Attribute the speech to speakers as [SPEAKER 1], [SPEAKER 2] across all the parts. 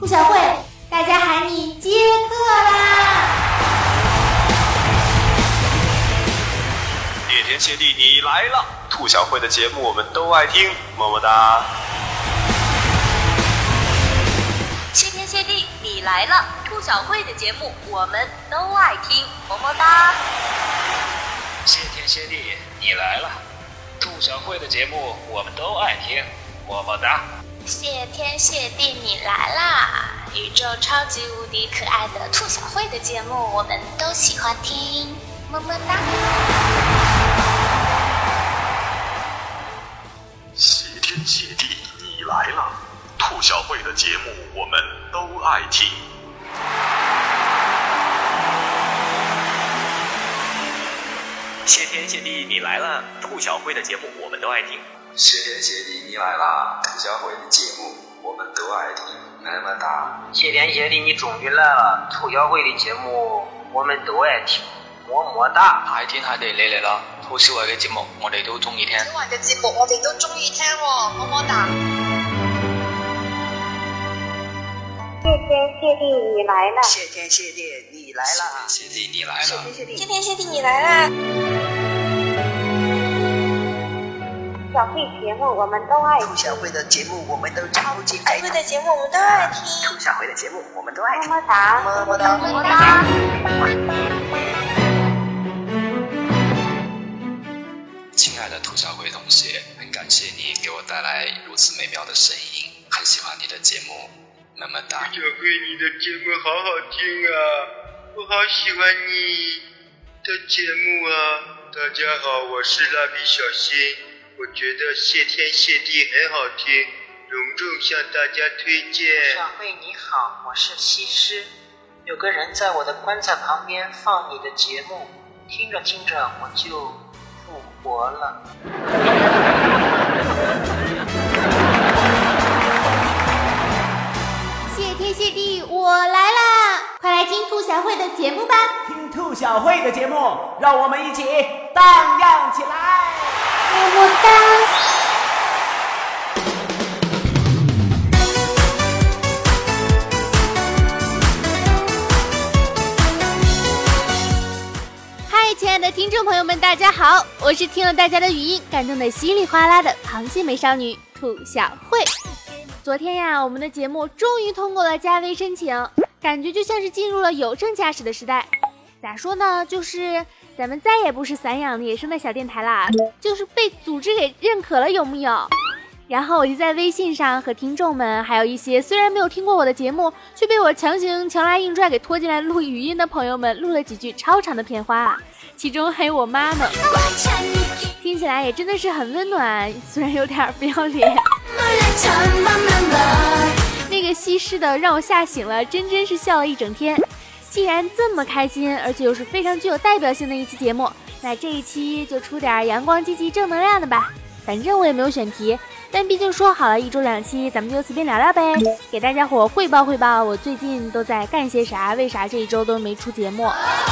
[SPEAKER 1] 兔小慧，大家喊你接课啦！
[SPEAKER 2] 谢天谢地你来了，兔小慧的节目我们都爱听，么么哒。
[SPEAKER 3] 谢天谢地你来了，兔小慧的节目我们都爱听，么么哒。
[SPEAKER 4] 谢天谢地你来了，兔小慧的节目我们都爱听，么么哒。
[SPEAKER 5] 谢天谢地你来啦，宇宙超级无敌可爱的兔小慧的节目我们都喜欢听，么么哒。
[SPEAKER 2] 谢天谢地你来了，兔小慧的节目我们都爱听。
[SPEAKER 6] 谢天谢地你来了，兔小慧的节目我们都爱听。
[SPEAKER 7] 谢天谢地你来了，兔小慧的节目我们都爱听，么么哒。
[SPEAKER 8] 谢天谢地你终于来了，兔小慧的节目我们都爱听，么么哒。
[SPEAKER 7] 太天太地你嚟啦，兔小慧嘅節目我哋都中意聽。
[SPEAKER 9] 小慧嘅節目我哋都中意聽喎，麼麼哒。
[SPEAKER 10] 謝天謝地你來了，
[SPEAKER 8] 謝天謝地你來了，
[SPEAKER 7] 謝天謝地你來了，
[SPEAKER 9] 謝天謝地你來了。
[SPEAKER 10] 小慧節目我們都愛聽，
[SPEAKER 8] 兔小慧的節目我們都超級愛聽，
[SPEAKER 9] 兔小慧的節目我們都愛聽，
[SPEAKER 8] 兔小慧的節目我們都愛聽，
[SPEAKER 10] 麼麼哒，
[SPEAKER 8] 麼麼哒，
[SPEAKER 1] 么么哒。
[SPEAKER 7] 親愛的兔小慧同學，很感謝你給我帶來如此美妙的聲音，很喜歡你的節目，麼麼哒。
[SPEAKER 11] 兔小慧，你的節目好好聽啊，我好喜歡你的節目啊。大家好，我是蠟筆小新，我覺得謝天謝地很好聽，隆重向大家推薦。
[SPEAKER 8] 小慧你好，我是西施，有個人在我的棺材旁邊放你的節目，聽着聽着我就復活了。
[SPEAKER 1] 謝天謝地我來啦，快來聽兔小慧的節目吧。
[SPEAKER 12] 聽兔小慧的節目，讓我們一起蕩漾起來，
[SPEAKER 1] 麼麼哒。嗨，亲爱的听众朋友们，大家好，我是听了大家的语音感动的稀里哗啦的螃蟹美少女兔小慧。昨天呀，我们的节目终于通过了加微申请，感觉就像是进入了有证驾驶的时代。咋说呢，就是咱们再也不是散养的野生的小电台啦，就是被组织给认可了，有木有？然后我就在微信上和听众们，还有一些虽然没有听过我的节目，却被我强拉硬拽给拖进来录语音的朋友们，录了几句超长的片花，其中还有我妈呢，听起来也真的是很温暖，虽然有点不要脸。那个西施的让我吓醒了，真是笑了一整天。既然这么开心，而且又是非常具有代表性的一期节目，那这一期就出点阳光积极正能量的吧。反正我也没有选题，但毕竟说好了1周2期，咱们就随便聊聊呗，给大家伙汇报我最近都在干些啥，为啥这一周都没出节目。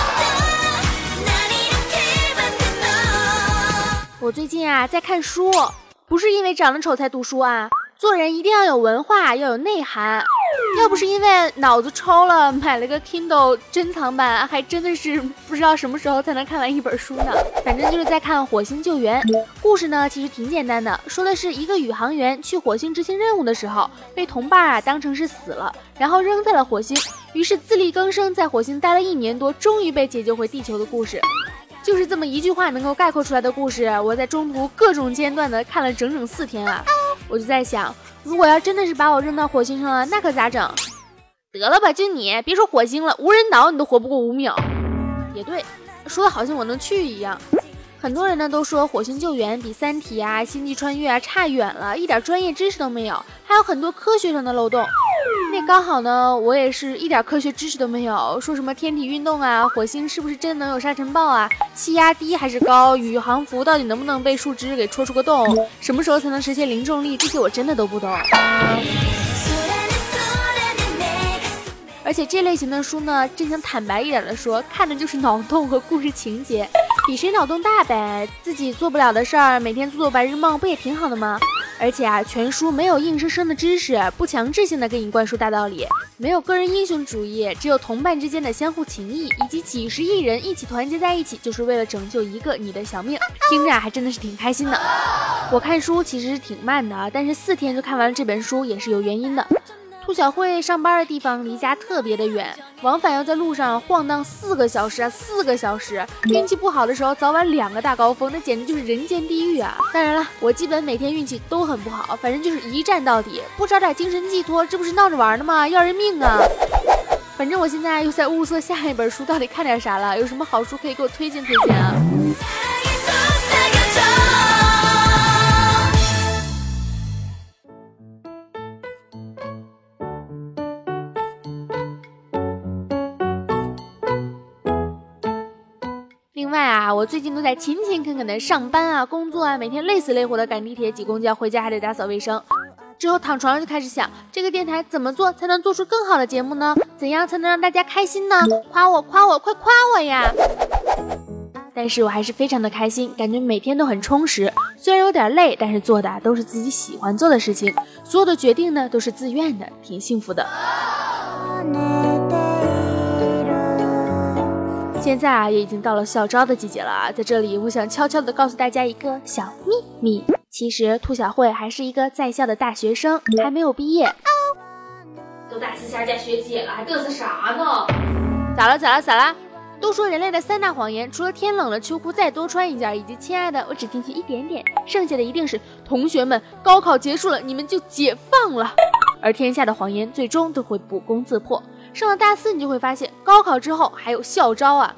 [SPEAKER 1] 我最近啊在看书，不是因为长得丑才读书啊，做人一定要有文化，要有内涵。要不是因为脑子抽了，买了个 Kindle 珍藏版，还真的是不知道什么时候才能看完一本书呢。反正就是在看《火星救援》，故事呢其实挺简单的，说的是一个宇航员去火星执行任务的时候，被同伴当成是死了，然后扔在了火星，于是自力更生，在火星待了1年多，终于被解救回地球的故事。就是这么一句话能够概括出来的故事，我在中途各种间断的看了整4天啊！我就在想，如果要真的是把我扔到火星上了，那可咋整？得了吧，就你别说火星了，无人岛你都活不过5秒。也对，说的好像我能去一样。很多人呢都说火星救援比三体啊、星际穿越啊差远了，一点专业知识都没有，还有很多科学上的漏洞。那刚好呢，我也是一点科学知识都没有，说什么天体运动啊，火星是不是真能有沙尘暴啊，气压低还是高，宇航服到底能不能被树枝给戳出个洞，什么时候才能实现零重力，这些我真的都不懂。而且这类型的书呢，真想坦白一点的说，看的就是脑洞和故事情节，比谁脑洞大呗，自己做不了的事儿，每天做白日梦不也挺好的吗？ 而且啊，全书没有硬生生的知识，不强制性的给你灌输大道理，没有个人英雄主义，只有同伴之间的相互情谊，以及几十亿人一起团结在一起，就是为了拯救一个你的小命。听着还真的是挺开心的。我看书其实是挺慢的，但是4天就看完了这本书也是有原因的。兔小慧上班的地方离家特别的远，往返要在路上晃荡4个小时啊，4个小时。运气不好的时候，早晚2个大高峰，那简直就是人间地狱啊！当然了，我基本每天运气都很不好，反正就是一战到底，不找点精神寄托，这不是闹着玩的吗？要人命啊！反正我现在又在物色下一本书，到底看点啥了？有什么好书可以给我推荐推荐啊？另外啊，我最近都在勤勤恳恳的上班啊、工作啊，每天累死累活的赶地铁、挤公交，回家还得打扫卫生。之后躺床上就开始想，这个电台怎么做才能做出更好的节目呢？怎样才能让大家开心呢？夸我，夸我，快夸我呀！但是我还是非常的开心，感觉每天都很充实。虽然有点累，但是做的都是自己喜欢做的事情，所有的决定呢都是自愿的，挺幸福的。现在啊，也已经到了校招的季节了啊，在这里我想悄悄的告诉大家一个小秘密，其实兔小慧还是一个在校的大学生，还没有毕业。都大4下嫁学姐了，还嘚瑟啥呢？咋了？都说人类的3大谎言，除了天冷了秋裤再多穿一件，以及亲爱的我只进去一点点，剩下的一定是同学们高考结束了，你们就解放了。而天下的谎言最终都会不攻自破。上了大4，你就会发现高考之后还有校招啊。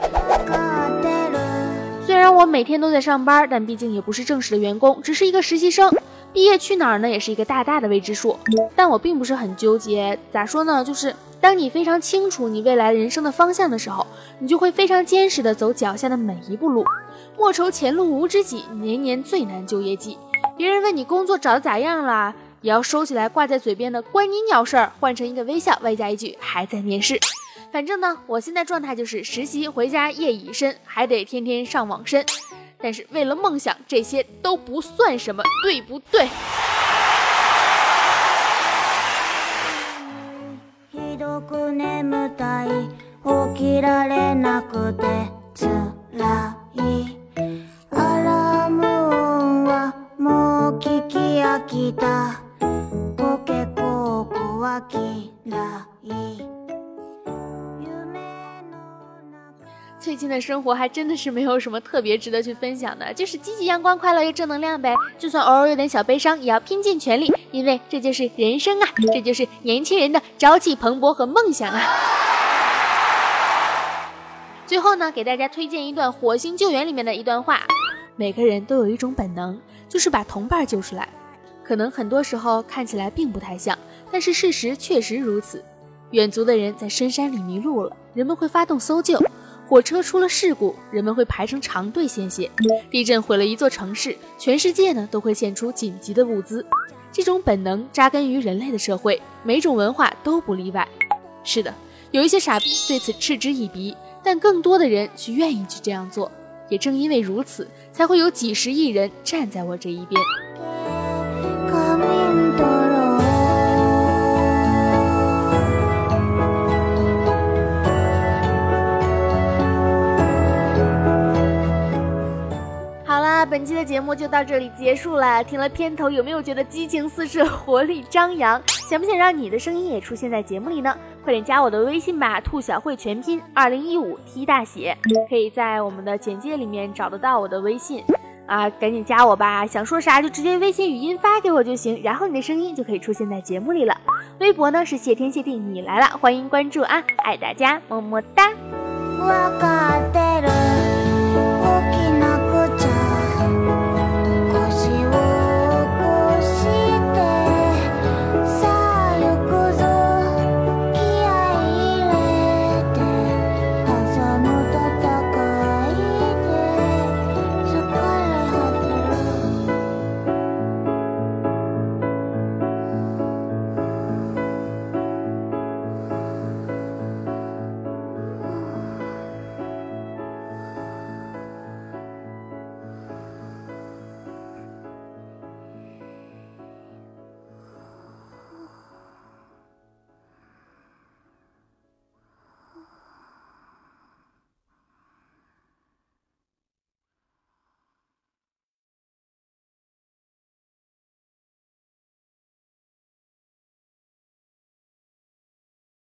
[SPEAKER 1] 虽然我每天都在上班，但毕竟也不是正式的员工，只是一个实习生。毕业去哪儿呢，也是一个大大的未知数。但我并不是很纠结，咋说呢，就是当你非常清楚你未来人生的方向的时候，你就会非常坚实的走脚下的每一步路。莫愁前路无知己，年年最难就业季。别人问你工作找得咋样啦，也要收起来挂在嘴边的关你鸟事儿，换成一个微笑，外加一句还在面试。反正呢，我现在状态就是实习回家夜已深，还得天天上网申。但是为了梦想，这些都不算什么，对不对？最近的生活还真的是没有什么特别值得去分享的，就是积极阳光快乐又正能量呗，就算偶尔有点小悲伤也要拼尽全力，因为这就是人生啊，这就是年轻人的朝气蓬勃和梦想啊。最后呢，给大家推荐一段《火星救援》里面的一段话，每个人都有一种本能，就是把同伴救出来，可能很多时候看起来并不太像，但是事实确实如此。远足的人在深山里迷路了，人们会发动搜救，火车出了事故，人们会排成长队献血，地震毁了一座城市，全世界呢都会献出紧急的物资。这种本能扎根于人类的社会，每种文化都不例外。是的，有一些傻逼对此嗤之以鼻，但更多的人却愿意去这样做，也正因为如此，才会有几十亿人站在我这一边。本期的节目就到这里结束了，听了片头有没有觉得激情四射，活力张扬？想不想让你的声音也出现在节目里呢？快点加我的微信吧，兔小慧全拼2015 T 大写，可以在我们的简介里面找得到我的微信啊，赶紧加我吧，想说啥就直接微信语音发给我就行，然后你的声音就可以出现在节目里了。微博呢是谢天谢地你来了，欢迎关注啊，爱大家，么么哒。